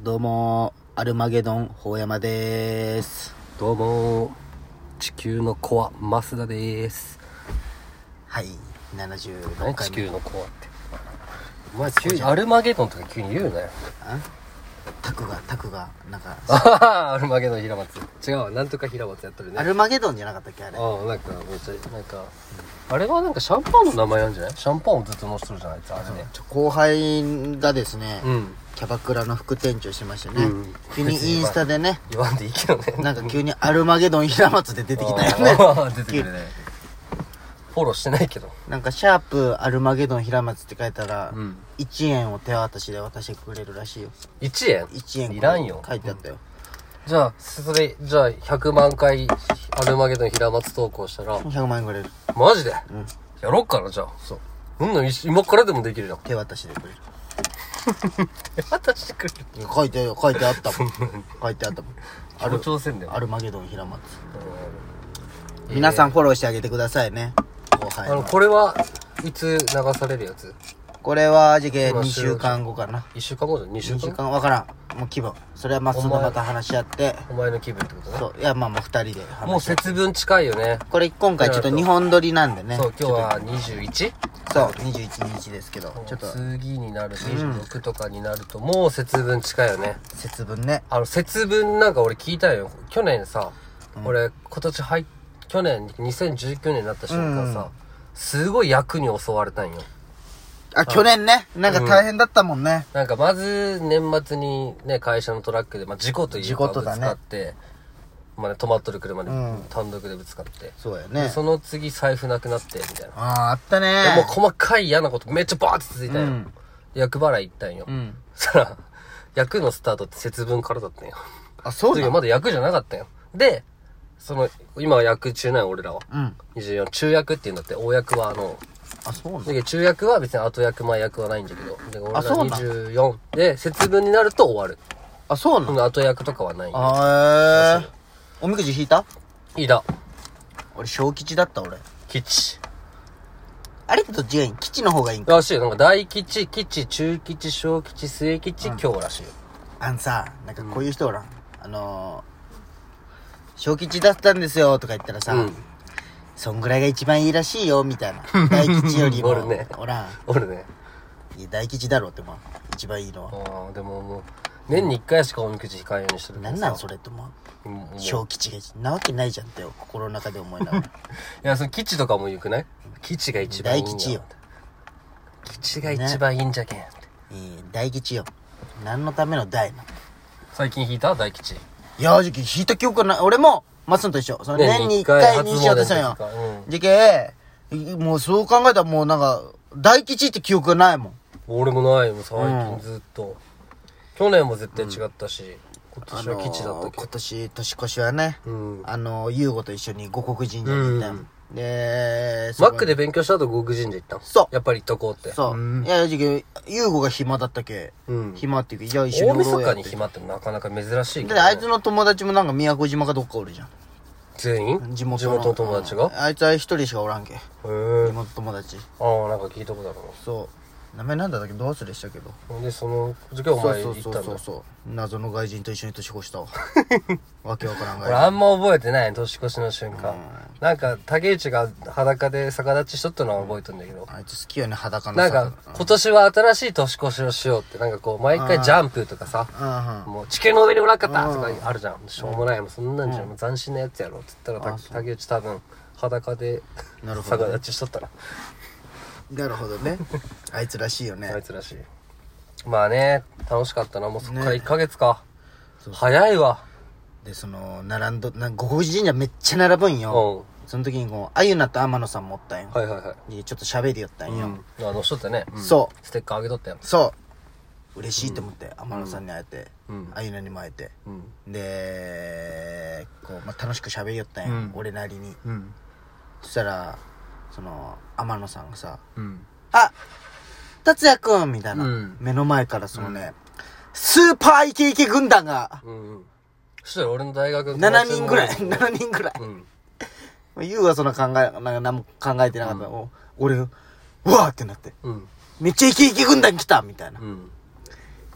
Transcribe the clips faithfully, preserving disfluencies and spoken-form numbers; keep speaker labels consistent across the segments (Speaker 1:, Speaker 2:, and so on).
Speaker 1: どうもアルマゲドンほうやまです。
Speaker 2: どうも地球のコア増田です。
Speaker 1: はい、ななじゅうろっ
Speaker 2: 何
Speaker 1: かいめ。
Speaker 2: 地球のコアってお前急にアルマゲドンとか急に言うなよ。
Speaker 1: あタクがタクがなんか
Speaker 2: あアルマゲドン平松違うわ、なんとか平松やってるね。
Speaker 1: アルマゲドンじゃなかったっけあれ。
Speaker 2: ああなんかめっちゃなんか、うん、あれはなんかシャンパンの名前なんじゃない？シャンパンをずっと乗せてるじゃないですかあれね。
Speaker 1: ちょ後輩がですね、
Speaker 2: うん
Speaker 1: キャバクラの副店長してましたね、
Speaker 2: うん、
Speaker 1: 急にインスタでね
Speaker 2: 言わんでいいけどね
Speaker 1: なんか急にアルマゲドン平松で出てきたよね
Speaker 2: 出てくるね。フォローしてないけど
Speaker 1: なんかシャープアルマゲドン平松って書いたら、
Speaker 2: うん、
Speaker 1: いちえんを手渡しで渡してくれるらしいよ。
Speaker 2: いちえん
Speaker 1: いちえん
Speaker 2: いらんよ
Speaker 1: 書いてあったよ、
Speaker 2: うん、じゃあそれじゃあひゃくまんかいアルマゲドン平松投稿したら
Speaker 1: ひゃくまんえんくれる。
Speaker 2: マジで、
Speaker 1: うん、
Speaker 2: やろっかなじゃあ。
Speaker 1: そう
Speaker 2: うんの今からでもできるじゃん。
Speaker 1: 手渡しでくれる。
Speaker 2: 手渡してくれる。
Speaker 1: 書いて書いてあったもん書いてあったもん
Speaker 2: ある挑戦だよ。
Speaker 1: アルマゲドン平松、
Speaker 2: うん、
Speaker 1: 皆さんフォローしてあげてくださいね。後輩の
Speaker 2: あのこれはいつ流されるやつ？
Speaker 1: これはじけにしゅうかんごかな。
Speaker 2: いっしゅうかんごじゃん。にしゅうかん
Speaker 1: にしゅうかんわからん。もう気分それはまっすぐまた話し合って。
Speaker 2: お前の気分ってことね。
Speaker 1: そういやまあまあふたりで話し合って。
Speaker 2: もう節分近いよね。
Speaker 1: これ今回ちょっとにほん撮りなんでね。
Speaker 2: そう今日は にじゅういち？
Speaker 1: そうにじゅういちにちですけどちょっと
Speaker 2: 次になるにじゅうろくとかになるともう節分近いよね。
Speaker 1: 節分ね。
Speaker 2: あの節分なんか俺聞いたよ。去年さ、うん、俺今年入っ去年にせんじゅうきゅうねんになった瞬間さ、うん、すごい役に襲われたんよ。
Speaker 1: あ、去年ね。なんか大変だったもんね。
Speaker 2: うん、なんかまず年末にね、会社のトラックで、まあ、事故というかぶつかって、ね、まあね、止まっとる車に単独でぶつかって。うん、
Speaker 1: そうやね。
Speaker 2: その次財布なくなって、みたいな。
Speaker 1: ああ、あったね。
Speaker 2: でもう細かい嫌なことめっちゃバーって続いたよ。うん、役払い行ったんよ。うん、そしたら、役のスタートって節分からだったんよ。
Speaker 1: あ、そうだ。
Speaker 2: まだ役じゃなかったよ。で、その、今は役中なんよ、俺らは。うん。にじゅうよん、中役って言うんだって、大役はあの、
Speaker 1: あ、そうなん
Speaker 2: だけど中役は別に後役前役はないんだけど。で俺らにじゅうよんで、節分になると終わる。
Speaker 1: あ、そうなの？
Speaker 2: 後役とかはない。
Speaker 1: あー。おみくじ引いた？
Speaker 2: 引いた。
Speaker 1: 俺、小吉だった、俺。
Speaker 2: 吉。
Speaker 1: あれってどっちがいいん？吉の方がいいんか。
Speaker 2: らしいよ。なんか大吉、吉、中吉、小吉、末吉、うん、今日らしいよ。
Speaker 1: あんさ、なんかこういう人おらん。うん、あのー、小吉だったんですよとか言ったらさ、うん、そんぐらいが一番いいらしいよみたいな。大吉よりも
Speaker 2: おるね。
Speaker 1: おらん。
Speaker 2: おるね。
Speaker 1: いや大吉だろうってまあ一番いいのは。
Speaker 2: ああでももう年に一回しかおみくじ引かんようにしてる。
Speaker 1: なんなんそれって思う。小吉がなわけないじゃんって心の中で思いながら。い
Speaker 2: やその吉とかもよくない？吉が一番いいんや。大吉よ。吉が一番いいんじゃけん。いい
Speaker 1: 大吉よ。何のための大な。
Speaker 2: 最近引いた大吉。
Speaker 1: いやじゃけ引いた記憶ない。俺もマスンと一緒。その年に一回にしようとしたんよ。じゃけもうそう考えたらもうなんか大吉って記憶がないもん。
Speaker 2: 俺もないもん最近ずっと、うん、去年も絶対違ったし、うん、今年は吉だったけど、あのー、今年年越しはね、うん、あのー、優吾と一緒に五国神社に行ったよ、うん、でマックで勉強した後五国神社行ったの。そうやっぱり行っとこうって。
Speaker 1: そう、うん、いやじゃけ優吾が暇だったけ、うん、暇っていうかいや一緒に
Speaker 2: 大晦日に暇ってなかなか珍しいけど、ね、
Speaker 1: であいつの友達もなんか宮古島かどっかおるじゃん。
Speaker 2: 全員
Speaker 1: 地元 の,
Speaker 2: 地元の友達が、
Speaker 1: うん、あいつは一人しかおらんけ。へえ地元友達。
Speaker 2: ああなんか聞いたことあるの。
Speaker 1: そう名前なんだったっけど忘れしたけど。
Speaker 2: でその時はお前行ったんだ。
Speaker 1: そうそうそうそう謎の外人と一緒に年越したわ。わけわからん外人。
Speaker 2: 俺あんま覚えてない年越しの瞬間、うん、なんか竹内が裸で逆立ちしとったのは覚えてるんだけど、
Speaker 1: あいつ好きよね裸の。
Speaker 2: なんか、うん、今年は新しい年越しをしようってなんかこう毎回ジャンプとかさ、うん、もう地球の上におらんかったとかあるじゃん、うん、しょうもないもうそんなんじゃん、うん、斬新なやつやろって言ったら竹内多分裸で逆立ちしとったら。
Speaker 1: なるほどね。あいつらしいよね。
Speaker 2: あいつらしい。まあね楽しかったな。もうそっからいっかげつか、ね、そうそう早いわ。で
Speaker 1: その並んどな五国神社めっちゃ並ぶんよ、うん、その時にこうあゆなと天野さん持ったんよ。はいはいはいでちょっと喋りよったんよ、
Speaker 2: うん、あのしとったね、うん、
Speaker 1: そう
Speaker 2: ステッカーあげとったよ。
Speaker 1: そう嬉しいと思って、うん、天野さんに会えて、うん、あゆなにも会えて、うん、でこう、まあ、楽しく喋りよったんよ、うん、俺なりに、うん、そしたらその天野さんがさ、うん、あ達也くんみたいな、うん、目の前からそのね、うん、スーパーイケイケ軍団が、うんうん、
Speaker 2: そしたら俺の大学の
Speaker 1: ななにんぐらいななにんぐらい、うん、ユウはそんな考えなんか何も考えてなかった、うん、俺うわーってなって、うん、めっちゃイケイケ軍団来たみたいな、うん、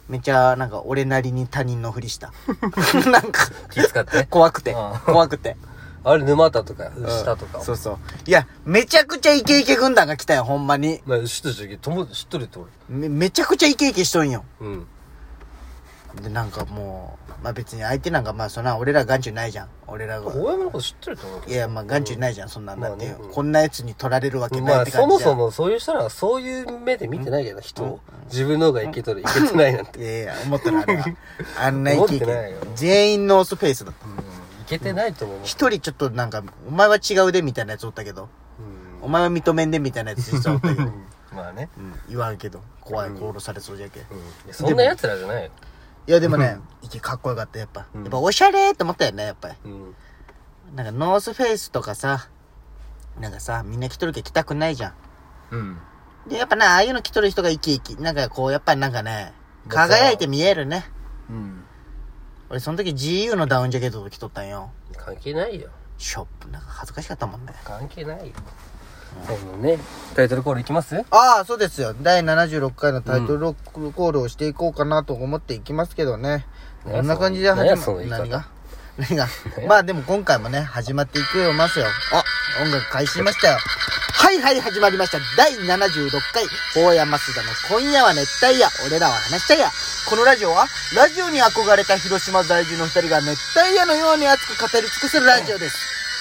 Speaker 1: めっちゃなんか俺なりに他人のふりしたなんか
Speaker 2: 気使って
Speaker 1: 怖くて怖くて
Speaker 2: あれ沼田とか下とか、
Speaker 1: うん、そうそういやめちゃくちゃイケイケ軍団が来たよほんまに。
Speaker 2: まあ知ってる友知っとるって俺
Speaker 1: め, めちゃくちゃイケイケしとんよ。
Speaker 2: うん
Speaker 1: でなんかもうまあ別に相手なんかまあそんな俺ら眼中ないじゃん俺らが。
Speaker 2: 大山のこと知ってると思うけど。
Speaker 1: いやまあ眼中ないじゃん、うん、そんなんだって、まあねうん、こんなやつに取られるわけないって感じじゃん。
Speaker 2: まあそもそもそういう人らはそういう目で見てないけど、うん、人を、うん、自分の方がイケとるイケてないなんて。
Speaker 1: いやいや思ったらあれはあんなイケイケ全員ノースフェイスだった。うん
Speaker 2: いけてないと思う。
Speaker 1: 一人ちょっとなんかお前は違うでみたいなやつおったけど、うん、お前は認めんでみたいなやつ実はおったけど
Speaker 2: まあね、
Speaker 1: うん、言わんけど怖い殺されそうじゃけ、うん
Speaker 2: うん、そんなやつらじゃないよ。
Speaker 1: いやでもね息かっこよかったやっぱ、うん、やっぱおしゃれーって思ったよねやっぱり、うん、なんかノースフェイスとかさなんかさみんな着とるけど着たくないじゃん、うん、でやっぱなああいうの着とる人が生き生きなんかこうやっぱりなんかね輝いて見えるね。うん俺その時 ジーユー のダウンジャケットと着とったんよ。
Speaker 2: 関係ないよ。
Speaker 1: ショップなんか恥ずかしかったもんね。
Speaker 2: 関係ないよ。うん、ねタイトルコールいきます？
Speaker 1: ああそうですよ。だいななじゅうろっかいのタイトルコールをしていこうかなと思っていきますけどね。うん、こんな感じで始まる。何が何がまあでも今回もね始まっていくよますよ。あ音楽開始しましたよ。はいはい始まりました。だいななじゅうろっかい大山須田の今夜は熱帯夜俺らは話したいや。このラジオはラジオに憧れた広島在住の二人が熱帯夜のように熱く語り尽くせるラジオです。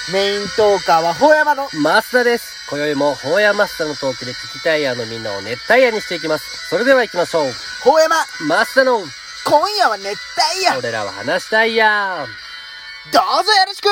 Speaker 1: メイントーカーは大山の
Speaker 2: 増田です。今宵も大山増田のトークで聞きたいやのみんなを熱帯夜にしていきます。それでは行きましょう。
Speaker 1: 大山
Speaker 2: 増田の
Speaker 1: 今夜は熱帯夜
Speaker 2: 俺らは話したいや。
Speaker 1: どうぞよろしく。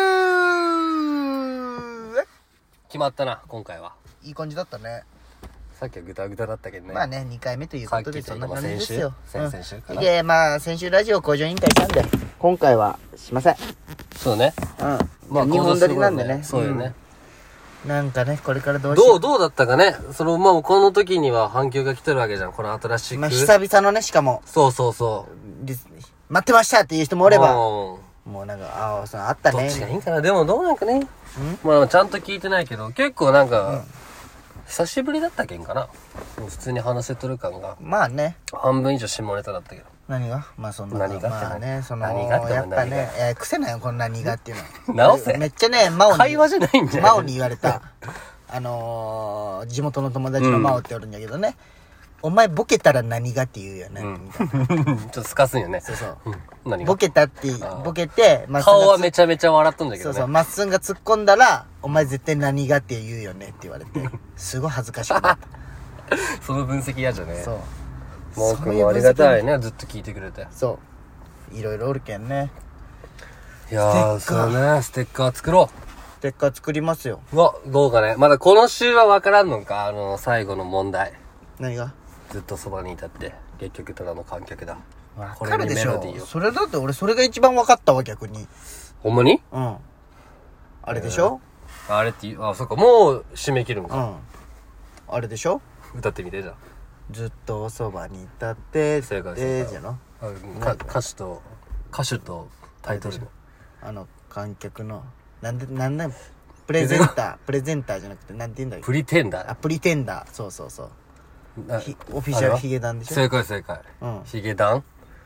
Speaker 2: 決まったな今回は。
Speaker 1: いい感じだったね。
Speaker 2: さっきはグダグダだったけどね。
Speaker 1: まあねにかいめということでそんな感じですよ。
Speaker 2: 先々週かな。
Speaker 1: いやまあ先週ラジオ向上委員会したんで今回はしません。
Speaker 2: そうね。
Speaker 1: うんまあにほん撮りなんでね。
Speaker 2: そうよね、
Speaker 1: うん、なんかねこれからどうしよう。
Speaker 2: どうどうだったかね。そのまあこの時には反響が来てるわけじゃんこの新しい。
Speaker 1: まあ久々のねしかも
Speaker 2: そうそうそう
Speaker 1: 待ってましたっていう人もおればもうなんかああそうあったね。
Speaker 2: どっちがいいんかな。でもどうなんかねまあちゃんと聞いてないけど結構なんか、うん久しぶりだったけんかな。普通に話せとる感が
Speaker 1: まあね
Speaker 2: 半分以上下ネタだったけど。
Speaker 1: 何がまあそんな
Speaker 2: 何が
Speaker 1: まあねその
Speaker 2: 何がって
Speaker 1: やっぱねえー、癖ないよこんな何がっていうの
Speaker 2: 直せ
Speaker 1: めっちゃねマオに
Speaker 2: 会話じゃないんじゃ
Speaker 1: マオに言われたあのー、地元の友達のマオっておるんだけどね、うん、お前ボケたら何がって言うよね、うん、みたいなちょ
Speaker 2: っとすかすんよね。
Speaker 1: そうそう、
Speaker 2: うん、何が
Speaker 1: ボケたってボケて
Speaker 2: 顔はめちゃめちゃ笑っとんだけどね。
Speaker 1: そうそうまっすんが突っ込んだらお前絶対何がって言うよねって言われてすごい恥ずかしくなった
Speaker 2: その分析嫌じゃね。
Speaker 1: そう
Speaker 2: もうくんもありがたいねずっと聞いてくれて。
Speaker 1: そういろいろおるけんね。
Speaker 2: いやーそうねステッカー作ろう。
Speaker 1: ステッカー作りますよ。
Speaker 2: うわどうかねまだこの週は分からんのか。あの最後の問題
Speaker 1: 何が
Speaker 2: ずっとそばにいたって結局ただの観客だ。
Speaker 1: 分かるでしょ。それだって俺それが一番分かったわ逆に。
Speaker 2: ほんまに
Speaker 1: うんあれでしょ、
Speaker 2: えー、あれってあそっかもう締め切るんか。うん
Speaker 1: あれでしょ。
Speaker 2: 歌ってみてじゃん。
Speaker 1: ずっとそばにいたって
Speaker 2: 正解
Speaker 1: でじゃの
Speaker 2: か歌手と歌手とタイトルの
Speaker 1: あの観客のなんでなんでプレゼンタープレゼンターじゃなくてなんて言うんだっけ。
Speaker 2: プリテンダー。
Speaker 1: あプリテンダーそうそうそうオフィシャルヒゲダンでしょ。
Speaker 2: 正解正解、うん、ヒゲダン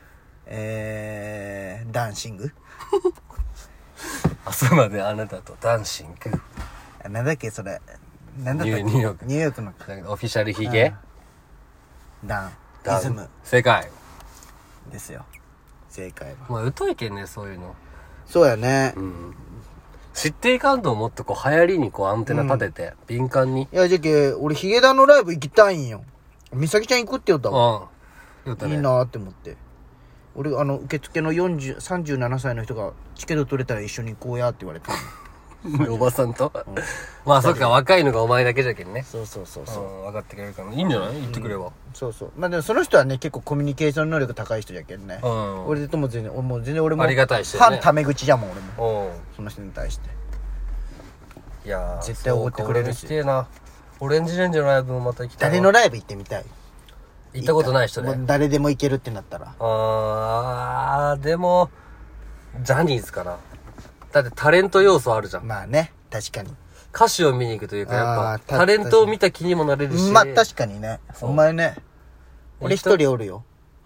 Speaker 1: えー、ダンシング
Speaker 2: 明日まであなたとダンシング
Speaker 1: なんだっけそれなんだったっけ
Speaker 2: ニューヨーク
Speaker 1: ニューヨークの
Speaker 2: オフィシャルヒゲ
Speaker 1: ダンリズム
Speaker 2: 正解
Speaker 1: ですよ。正解は
Speaker 2: まあ疎いけんねそういうの。
Speaker 1: そうやね、うん、
Speaker 2: 知っていかんともっとこう流行りにこうアンテナ立てて、うん、敏感に。
Speaker 1: いやじゃけ俺ヒゲダンのライブ行きたいんよ。美咲ちゃん行くって言ったわ。
Speaker 2: あ言ったね。
Speaker 1: いいなーって思って俺あの受付のよんじゅう、さんじゅうななさいの人がチケット取れたら一緒に行こうやって言われた
Speaker 2: おばさんと、うん、まあそっか若いのがお前だけじゃけんね。
Speaker 1: そうそうそうそう、
Speaker 2: うん、分かってくれるからいいんじゃない言ってくれば、うん、
Speaker 1: そうそうまあでもその人はね結構コミュニケーション能力高い人じゃけんね、うん、俺とも全然俺も全然俺も
Speaker 2: ありがたい人
Speaker 1: ねファンタメ口じゃもん俺も、
Speaker 2: うん、
Speaker 1: その人に対して
Speaker 2: いや
Speaker 1: 絶対おごってくれるし。
Speaker 2: 俺なオレンジレンジのライブもまた行きたい。
Speaker 1: 誰のライブ行ってみたい。
Speaker 2: 行ったことない人で、
Speaker 1: もう誰でも行けるってなったら。
Speaker 2: あーでもジャニーズかな。だってタレント要素あるじゃん。
Speaker 1: まあね確かに
Speaker 2: 歌詞を見に行くというかやっぱタレントを見た気にもなれるし。
Speaker 1: まあ確かにねお前ね俺一人おるよ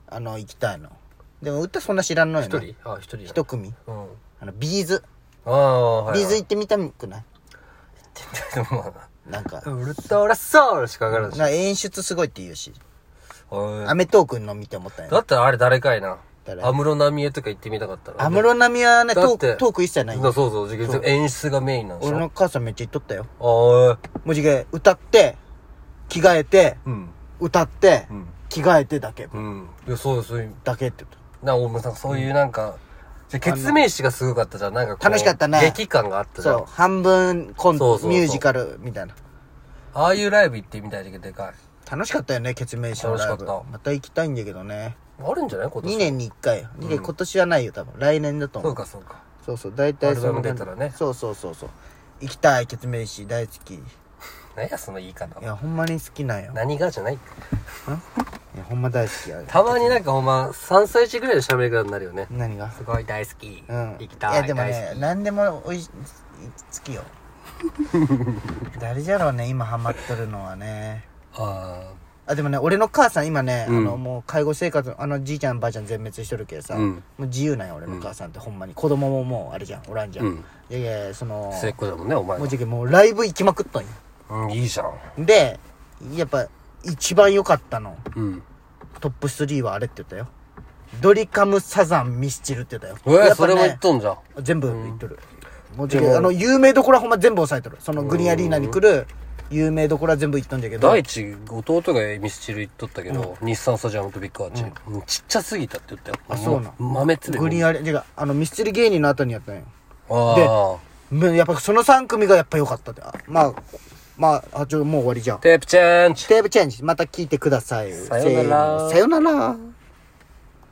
Speaker 1: あの行きたいの。でも歌そんな知らんのよね。
Speaker 2: 一人あ一人
Speaker 1: 一組、
Speaker 2: うん、
Speaker 1: あのビーズ
Speaker 2: ああ、はいはい、
Speaker 1: ビーズ行ってみたくない？行ってみ
Speaker 2: たいと思う
Speaker 1: な。なんか
Speaker 2: ウルトラソウルしかわからんし、
Speaker 1: な演出すごいって言うし、アメトークの見て思ったんや。
Speaker 2: だったらあれ誰かいな、安室奈美恵とか行ってみたかったら。
Speaker 1: 安室奈美恵はね、トーク、トーク一切ないん
Speaker 2: だ。そうそう、演出がメインなんでしょ。
Speaker 1: 俺の母さんめっちゃ言っとったよ。
Speaker 2: ああ。
Speaker 1: もうじげ、歌って、着替えて、うん、歌って、うん、着替えてだけ。
Speaker 2: うん。いや、そうよ、そういう。
Speaker 1: だけって言った。
Speaker 2: な、俺もさ、そういうなんか、じゃ、ケツメイシがすごかったじゃん。なんかこう。
Speaker 1: 楽しかったね。
Speaker 2: 劇感があったじゃん。
Speaker 1: そう。半分コント、ミュージカルみたいな。
Speaker 2: ああいうライブ行ってみたいだけどでかい。
Speaker 1: 楽しかったよね、ケツメイシのライブ。楽しかった。また行きたいんだけどね。
Speaker 2: あるんじゃない今年。
Speaker 1: にねんにいっかい。にねん、今年はないよ、多分。来年だと思う。
Speaker 2: そうか、そうか。
Speaker 1: そうそう、大体その。
Speaker 2: 出たらね。
Speaker 1: そうそうそうそう。行きたい、ケツメイシ大好き。
Speaker 2: 何や、その言い方。
Speaker 1: いや、ほんまに好きなんよ。
Speaker 2: 何がじゃない。んい
Speaker 1: や、ほんま大好きや。
Speaker 2: たまになんかほんま、さんさい児ぐらいで喋るからになるよね。
Speaker 1: 何が？
Speaker 2: すごい大好き。
Speaker 1: うん。
Speaker 2: 行きたい。
Speaker 1: いや、でもね、何でもおいし、好きよ。誰じゃろうね、今ハマっとるのはね。ああ。あ、でもね、俺の母さん今ね、うん、あの、もう介護生活、あの、じいちゃんばあちゃん全滅しとるけどさ、うん、もう自由なんよ、俺の母さんって、うん、ほんまに。子供ももう、あれじゃん、おらんじゃん。うん、いやいや、その、
Speaker 2: 末っ子だもんね、お前は。
Speaker 1: もうじきもうライブ行きまくっとんよ。
Speaker 2: うん、いいじゃん。
Speaker 1: で、やっぱ、一番良かったの。うん。トップスリーはあれって言ったよ。ドリカムサザンミスチルって言ったよ。
Speaker 2: えー、ね、それも言っとんじゃん。
Speaker 1: 全部言っとる。うん、もうじき、あの、有名どころはほんま全部押さえとる。そのグリーンアリーナに来る、有名どころは全部行っとんだけど。
Speaker 2: 第一、弟がミスチル行っとったけど、うん、日産スタジアムとビッグアーチ、うん。ちっちゃすぎたって言ったよ。
Speaker 1: あ、そうな。
Speaker 2: 豆つで。
Speaker 1: グリーンアリーナ、あの、ミスチル芸人の後にやったんよ。ああ。で、やっぱそのさん組がやっぱ良かったって。まあ、まあ、あ、ちょ、もう終わりじゃん。
Speaker 2: テープチェンジ。
Speaker 1: テープチェンジ。また聞いてください。
Speaker 2: さよなら。
Speaker 1: さよなら。